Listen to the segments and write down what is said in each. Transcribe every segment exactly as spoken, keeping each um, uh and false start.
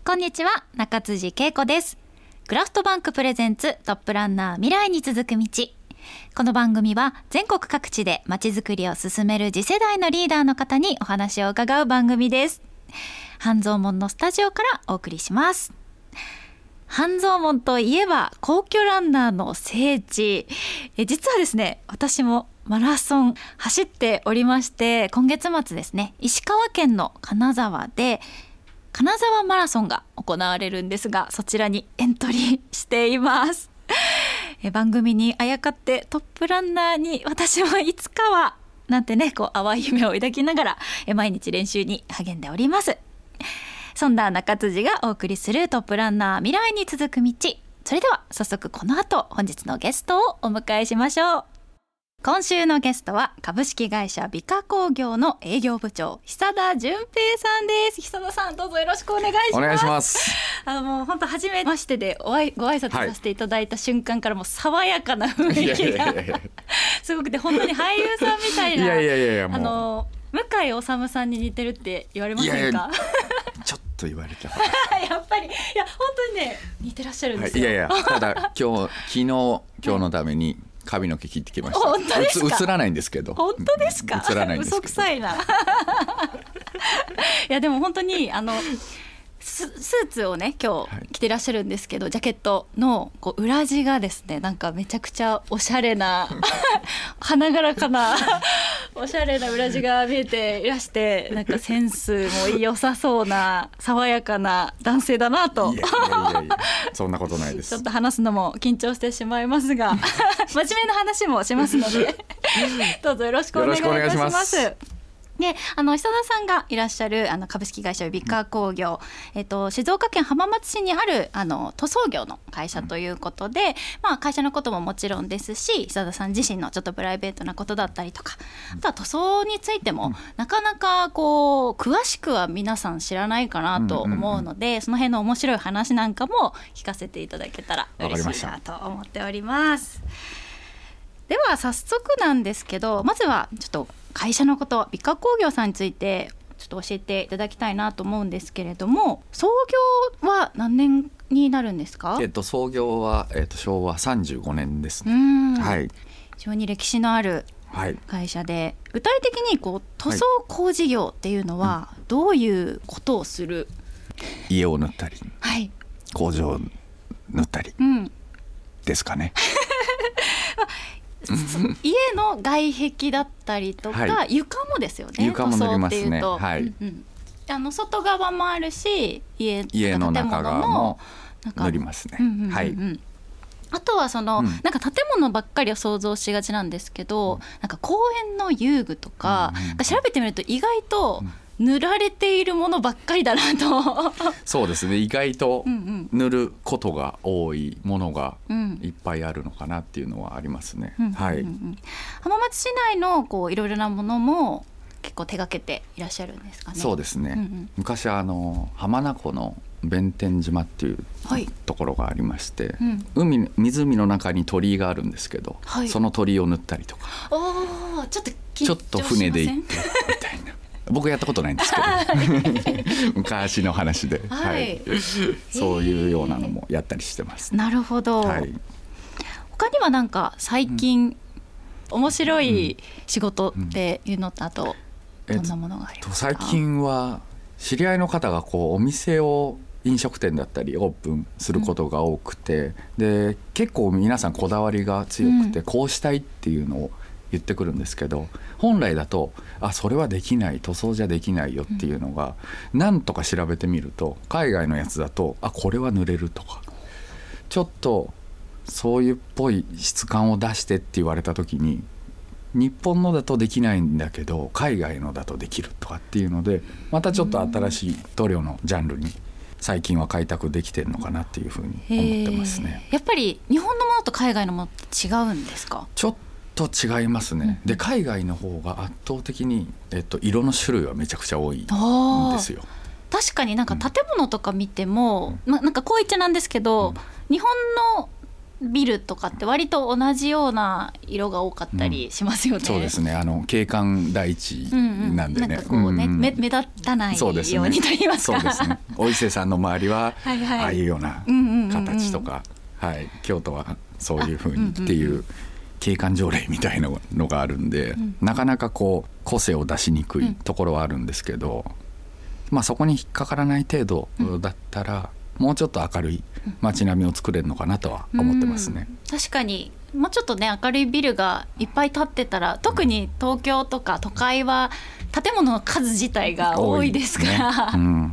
こんにちは、中辻恵子です。クラフトバンクプレゼンツトップランナー未来に続く道。この番組は全国各地でまちづくりを進める次世代のリーダーの方にお話を伺う番組です。半蔵門のスタジオからお送りします。半蔵門といえば皇居ランナーの聖地。え実はですね、私もマラソン走っておりまして、今月末ですね、石川県の金沢で金沢マラソンが行われるんですが、そちらにエントリーしています。え番組にあやかってトップランナーに私はいつかはなんてね、こう淡い夢を抱きながらえ毎日練習に励んでおります。そんな中辻がお送りするトップランナー未来に続く道。それでは早速この後本日のゲストをお迎えしましょう。今週のゲストは株式会社美化工業の営業部長久田純平さんです。久田さん、どうぞよろしくお願いします。 お願いします。 あのもう本当初めましてでおあいご挨拶させていただいた瞬間からもう爽やかな雰囲気がすごくて、本当に俳優さんみたいな。 いやいやいやいや、もうあの向井理さんに似てるって言われませんか？ いやいやちょっと言われたやっぱりいや本当にね似てらっしゃるんですよ。 はい、いやいや、ただ今日昨日今日のために髪の毛切ってきました。 本当ですか？ 映らないんですけど。 本当ですか？ 映らないんですけど。 嘘くさいな。いやでも本当にあのス, スーツをね今日着てらっしゃるんですけど、はい、ジャケットのこう裏地がですね、なんかめちゃくちゃおしゃれな花柄かなおしゃれな裏地が見えていらして、なんかセンスも良さそうな爽やかな男性だなと。 いやいやいやいや、そんなことないです。 ちょっと話すのも緊張してしまいますが真面目な話もしますのでどうぞよろしくお願いいたします。であの久田さんがいらっしゃるあの株式会社美化工業、えっと、静岡県浜松市にあるあの塗装業の会社ということで、まあ、会社のことももちろんですし、久田さん自身のちょっとプライベートなことだったりとか、あとは塗装についてもなかなかこう詳しくは皆さん知らないかなと思うので、その辺の面白い話なんかも聞かせていただけたら嬉しいなと思っております。では早速なんですけど、まずはちょっと会社のこと、美化工業さんについてちょっと教えていただきたいなと思うんですけれども、創業は何年になるんですか？ えっと、創業は、えっと、しょうわさんじゅうごねんですね。 うん、 はい、 非常に歴史のある会社で、はい、具体的にこう塗装工事業っていうのはどういうことをする？ 家を塗ったり、 はい、 工場を塗ったりですかね。 家の外壁だったりとか、はい、床もですよね。 床も塗りますね。 塗装っていうと、 はい、 うんうん、あの外側もあるし、家、 家の中側も塗りますね。 うんうんうんうん、 はい。 あとはその、うん、なんか建物ばっかりを想像しがちなんですけど、うん、なんか公園の遊具とか、うんうん、調べてみると意外と、うん塗られているものばっかりだなとそうですね、意外と塗ることが多いものがいっぱいあるのかなっていうのはありますね。はい、 浜松市内のこういろいろなものも結構手がけていらっしゃるんですかね。 そうですね、うんうん、昔あの浜名湖の弁天島っていうところがありまして、はい、うん、海湖の中に鳥居があるんですけど、はい、その鳥居を塗ったりとか、 おちょっと緊張しません？ ちょっと船で行ってみたいな僕やったことないんですけど昔の話で、はい、そういうようなのもやったりしてます。 なるほど、はい、他にはなんか最近、うん、面白い仕事っていうのと、あとどんなものがありますか？ 最近は知り合いの方がこうお店を飲食店だったりオープンすることが多くて、うん、で結構皆さんこだわりが強くて、うん、こうしたいっていうのを言ってくるんですけど、本来だとあそれはできない、塗装じゃできないよっていうのが、うん、なんとか調べてみると海外のやつだとあこれは塗れるとか、ちょっとそういうっぽい質感を出してって言われた時に、日本のだとできないんだけど海外のだとできるとかっていうので、またちょっと新しい塗料のジャンルに最近は開拓できてるのかなっていうふうに思ってますね。 やっぱり日本のものと海外のものって違うんですか？ ちょっと違いますね。で海外の方が圧倒的に、えっと、色の種類はめちゃくちゃ多いんですよ。 確かになんか建物とか見ても、うん、ま、なんかこう言っちゃなんですけど、うん、日本のビルとかって割と同じような色が多かったりしますよね、 うん、そうですね、あの景観第一なんでね、うんうん、 なんかこうね、うんうん、目, 目立たないようにと言いますか、 そうですね、お伊勢さんの周りははい、はい、ああいうような形とか、はい、京都はそういう風にっていう景観条例みたいなのがあるんで、うん、なかなかこう個性を出しにくいところはあるんですけど、うん、まあ、そこに引っかからない程度だったら、うん、もうちょっと明るい街並みを作れるのかなとは思ってますね、 うん、確かにもうちょっとね明るいビルがいっぱい建ってたら、特に東京とか都会は建物の数自体が多いですから、ね、うん、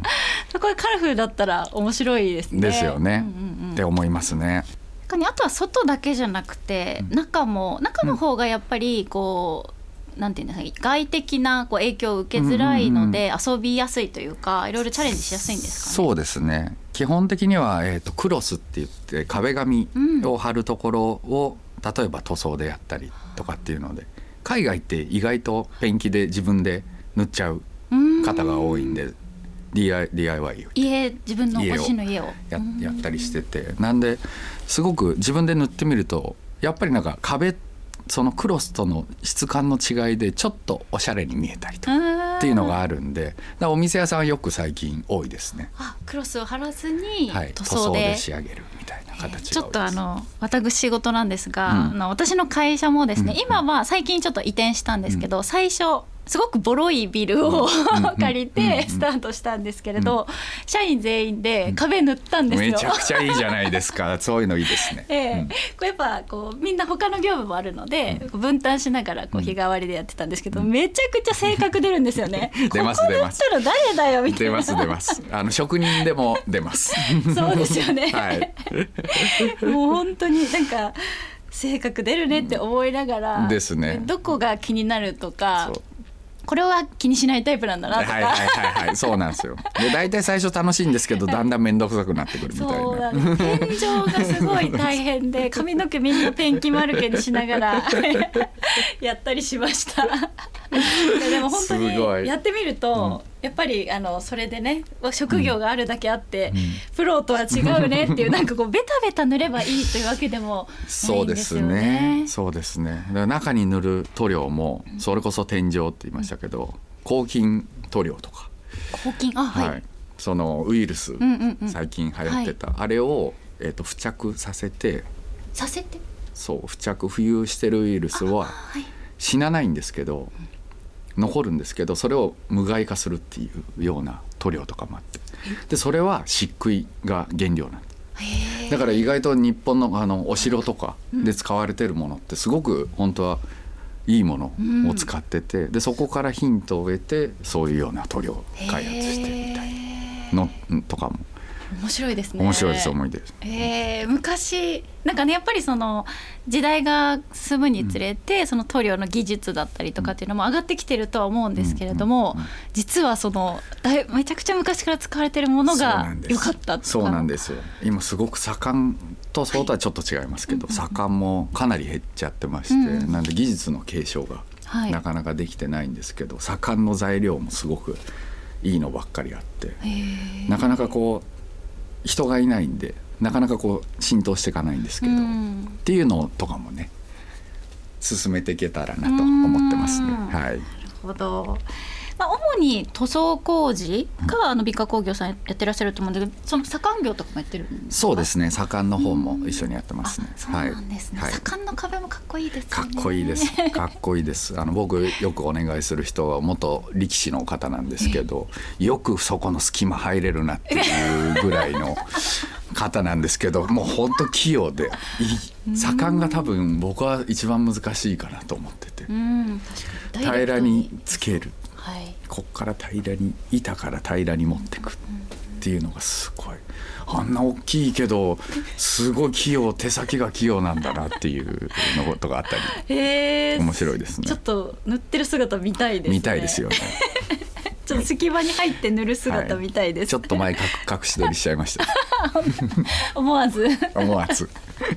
そこがカラフルだったら面白いですね。 ですよね、 うんうんうん、 って思いますね。 あとは外だけじゃなくて、うん、中も中の方がやっぱりこう、うん、なんていうんですか、外的なこう影響を受けづらいので、うんうんうん、遊びやすいというか、いろいろチャレンジしやすいんですかね。 そうですね、基本的には、えーと、クロスって言って壁紙を貼るところを、うん、例えば塗装でやったりとかっていうので、海外って意外とペンキで自分で塗っちゃう方が多いんで、うんディーアイワイ を家自分のご自身の家をや, やったりしてて、なんですごく自分で塗ってみるとやっぱりなんか壁そのクロスとの質感の違いでちょっとおしゃれに見えたりとかっていうのがあるんで、だからお店屋さんはよく最近多いですね。 あ、クロスを貼らずに塗装で、はい、塗装で仕上げるみたいな形が多いです。 ちょっとあの私事なんですが、うん、あの私の会社もですね、うん、今は最近ちょっと移転したんですけど、うん、最初すごくボロいビルを、うん、借りてスタートしたんですけれど、うん、社員全員で壁塗ったんですよ。 めちゃくちゃいいじゃないですかそういうのいいですね、 ええうん、これやっぱこうみんな他の業務もあるので、うん、分担しながらこう日替わりでやってたんですけど、うん、めちゃくちゃ性格出るんですよね出ます出ます、 ここ塗ったの誰だよみたいな。 出ます出ますあの職人でも出ますそうですよね、 はい、 もう本当になんか性格出るねって思いながら、 ですね、 どこが気になるとか、これは気にしないタイプなんだなとか、 はいはいはいはい、そうなんですよ。で大体最初楽しいんですけど、だんだん面倒くさくなってくるみたいな。 そうなんです。天井がすごい大変で髪の毛みんなペンキ丸けにしながらやったりしましたでも本当にやってみると、うん、やっぱりあのそれでね職業があるだけあって、うん、プロとは違うねっていうなんかこうベタベタ塗ればいいというわけでもないんですよね。 そうですね。そうですね。だから中に塗る塗料もそれこそ天井って言いましたけど、抗菌塗料とか、 抗菌、あ、はい、はい、 そのウイルス、うんうんうん、最近流行ってた、はい、あれを、えーと、付着させてさせてそう付着浮遊してるウイルスは死なないんですけど、残るんですけど、それを無害化するっていうような塗料とかもあって、でそれは漆喰が原料なんです。だから意外と日本 の, あのお城とかで使われてるものってすごく本当はいいものを使ってて、でそこからヒントを得てそういうような塗料を開発してみたいのとかも面白いですね。 面白いです思い出です、 えー、昔なんかねやっぱりその時代が進むにつれて、うん、その塗料の技術だったりとかっていうのも上がってきてるとは思うんですけれども、うんうんうん、実はそのだいめちゃくちゃ昔から使われてるものが良かったとか。 そうなんですよ。今すごく左官とそうとはちょっと違いますけど、はい、左官もかなり減っちゃってまして、うん、なんで技術の継承がなかなかできてないんですけど、はい、左官の材料もすごくいいのばっかりあって、なかなかこう人がいないんでなかなかこう浸透していかないんですけど、うん、っていうのとかもね進めていけたらなと思ってますね。はい、なるほど。まあ、主に塗装工事が、うん、あの美化工業さんやってらっしゃると思うんだけど、その左官業とかもやってるんですか？ そうですね、左官の方も一緒にやってますね。 そうなんですね、はい、左官の壁もかっこいいですよね。 かっこいいですかっこいいですあの僕よくお願いする人は元力士の方なんですけど、よくそこの隙間入れるなっていうぐらいの方なんですけど、もう本当器用でいい。左官が多分僕は一番難しいかなと思ってて、うん、確かに平らにつける、はい、こっから平らに板から平らに持ってくっていうのがすごい、あんな大きいけどすごい器用、手先が器用なんだなっていうのことがあったり、へー面白いですね。 ちょっと塗ってる姿見たいですね。 見たいですよねちょっと隙間に入って塗る姿見たいです、 はい、ちょっと前隠し撮りしちゃいました思わず思わず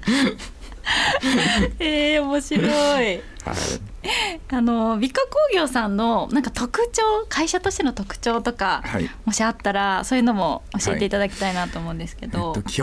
えー、面白い、はい、あの美化工業さんのなんか特徴、会社としての特徴とか、はい、もしあったらそういうのも教えていただきたいなと思うんですけど、 はい、えっと、基本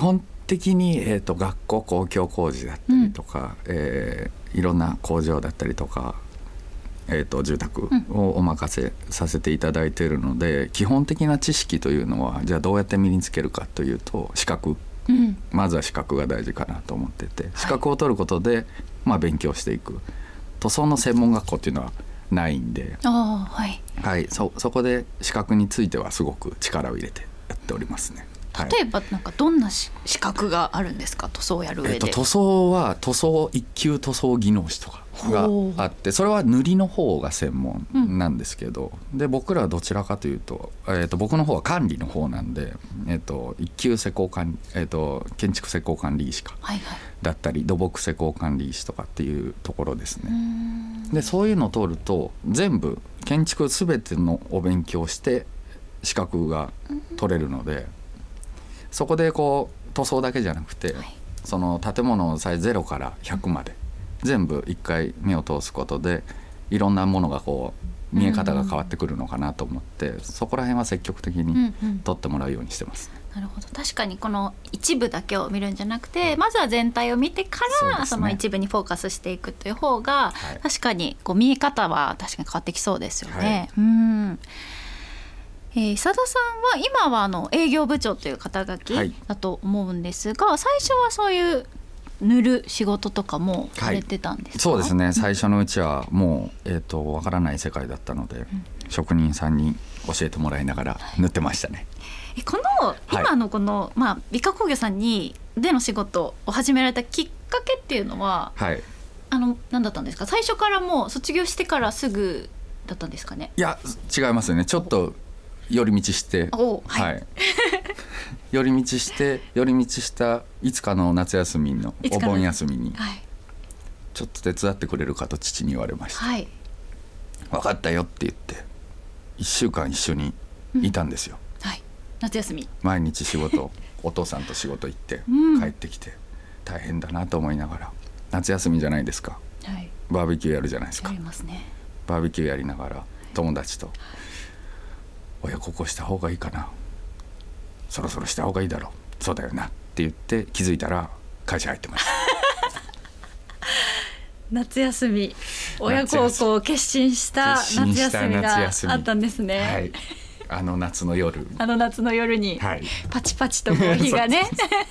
的に、えー、と学校公共工事だったりとか、うんえー、いろんな工場だったりとか、えー、と住宅をお任せさせていただいているので、うん、基本的な知識というのはじゃあどうやって身につけるかというと資格、うん、まずは資格が大事かなと思ってて、資格を取ることで、まあ、勉強していく。塗装の専門学校っていうのはないんで、 あ、はいはい、そ, そこで資格についてはすごく力を入れてやっておりますね。 例えばなんかどんな資格があるんですか、塗装をやる上で。 えっと、塗装は塗装一級塗装技能士とかがあって、それは塗りの方が専門なんですけど、うん、で僕らはどちらかというと、えっと、僕の方は管理の方なんで、えっと、一級施工管理、えっと、建築施工管理士か、はいはい、だったり土木施工管理士とかっていうところですね。でそういうのを取ると全部建築全てのお勉強して資格が取れるので、うんそこでこう塗装だけじゃなくて、はい、その建物のさえゼロからひゃくまで全部一回目を通すことでいろんなものがこう見え方が変わってくるのかなと思って、うんうん、そこら辺は積極的に取ってもらうようにしてます、ねうんうん、なるほど。確かにこの一部だけを見るんじゃなくて、まずは全体を見てから そ,、ね、その一部にフォーカスしていくという方が、はい、確かにこう見え方は確かに変わってきそうですよね、はい、うんえー、佐田さんは今はあの営業部長という肩書きだと思うんですが、はい、最初はそういう塗る仕事とかもされてたんですか？はい、 そうですね、最初のうちはもう、えーと、分からない世界だったので、うん、職人さんに教えてもらいながら塗ってましたね。 えこの今のこの、はいまあ、美化工業さんにでの仕事を始められたきっかけっていうのは、はい、あの何だったんですか？最初からもう卒業してからすぐだったんですかね？ いや違いますね。ちょっと寄り道して、はいはい、寄り道して寄り道したいつかの夏休みのお盆休みに、はい、ちょっと手伝ってくれるかと父に言われました、はい、分かったよって言っていっしゅうかん一緒にいたんですよ、 うんはい、夏休み毎日仕事お父さんと仕事行って帰ってきて大変だなと思いながら、夏休みじゃないですか、はい、バーベキューやるじゃないですか。 やりますね。 バーベキューやりながら友達と親ここした方がいいかな、そろそろした方がいいだろう、そうだよなって言って気づいたら会社入ってました夏休み親孝行を決心した夏休みがあったんですね。 はい、あの夏の夜あの夏の夜にパチパチとコーヒーがね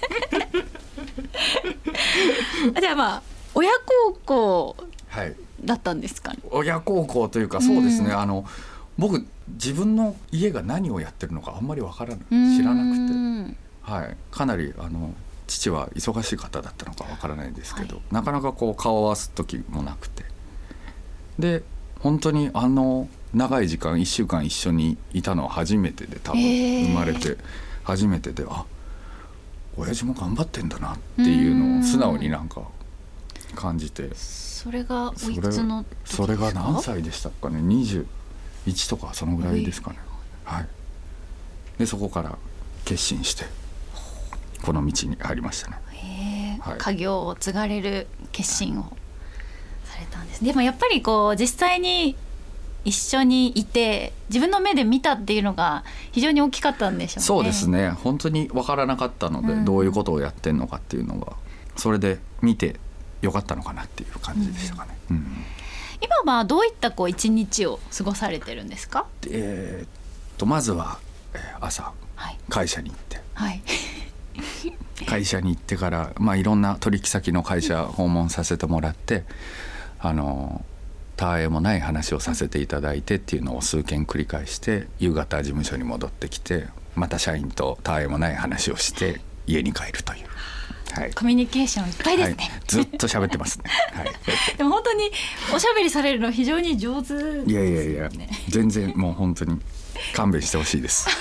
じゃあまあ親孝行だったんですかね。 はい、親孝行というかそうですね、うん、あの僕自分の家が何をやってるのかあんまり分からない知らなくて、はい、かなりあの父は忙しい方だったのか分からないんですけど、はい、なかなかこう顔を合わす時もなくて、で本当にあの長い時間いっしゅうかん一緒にいたのは初めてで、多分生まれて初めてで、あ親父も頑張ってんだなっていうのを素直になんか感じて。 それがおいくつの時ですか？ それが何歳でしたかね、にじゅういちとかそのぐらいですかね、はい、でそこから決心してこの道に入りましたね。 へー、はい、家業を継がれる決心をされたんです。でもやっぱりこう実際に一緒にいて自分の目で見たっていうのが非常に大きかったんでしょうね。 そうですね、本当に分からなかったので、うん、どういうことをやってんのかっていうのがそれで見てよかったのかなっていう感じでしたかね、うんうん、 今はどういったこう一日を過ごされてるんですか？ えー、っとまずは朝、はい、会社に行って、はい、会社に行ってから、まあ、いろんな取引先の会社訪問させてもらってあの他愛もない話をさせていただいてっていうのを数件繰り返して夕方事務所に戻ってきてまた社員と他愛もない話をして家に帰るという、はい、 コミュニケーションいっぱいですね、はい、 ずっと喋ってますね、はい、 でも本当におしゃべりされるの非常に上手ですよね。 いやいやいや全然もう本当に勘弁してほしいです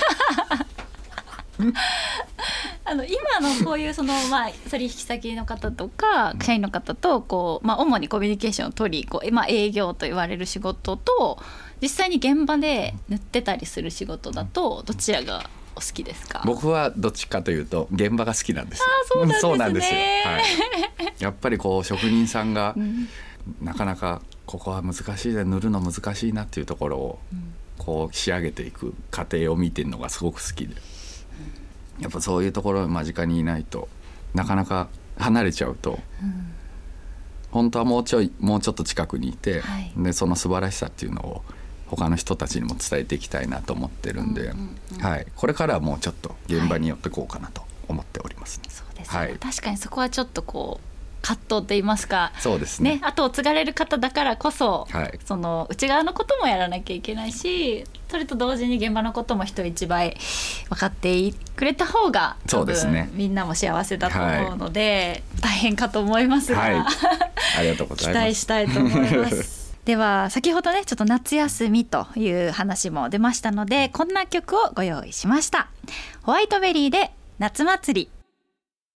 あの今のこういうその、まあ、取引先の方とか社員の方とこう、まあ、主にコミュニケーションを取りこう、まあ、営業と言われる仕事と実際に現場で塗ってたりする仕事だとどちらがお好きですか？ 僕はどっちかというと現場が好きなんですよ。 あ、そうなんですね。 そうなんですよ、はい、やっぱりこう職人さんがなかなかここは難しいで塗るの難しいなっていうところをこう仕上げていく過程を見てるのがすごく好きで、やっぱそういうところ間近にいないとなかなか離れちゃうと、うん、本当はもうちょいもうちょっと近くにいて、はい、でその素晴らしさっていうのを他の人たちにも伝えていきたいなと思ってるんで、うんうんうん、はい、これからはもうちょっと現場に寄ってこうかなと思っておりますね。 はい、そうですね、はい、確かにそこはちょっとこう葛藤と言いますか、 そうですね、 ね、後を継がれる方だからこそ、 はい、 その内側のこともやらなきゃいけないし、それと同時に現場のことも人一倍分かってくれた方が多分、ね、みんなも幸せだと思うので、はい、大変かと思いますが、はい、 ありがとうございます。 期待したいと思いますでは先ほどねちょっと夏休みという話も出ましたので、こんな曲をご用意しました。ホワイトベリーで夏祭り。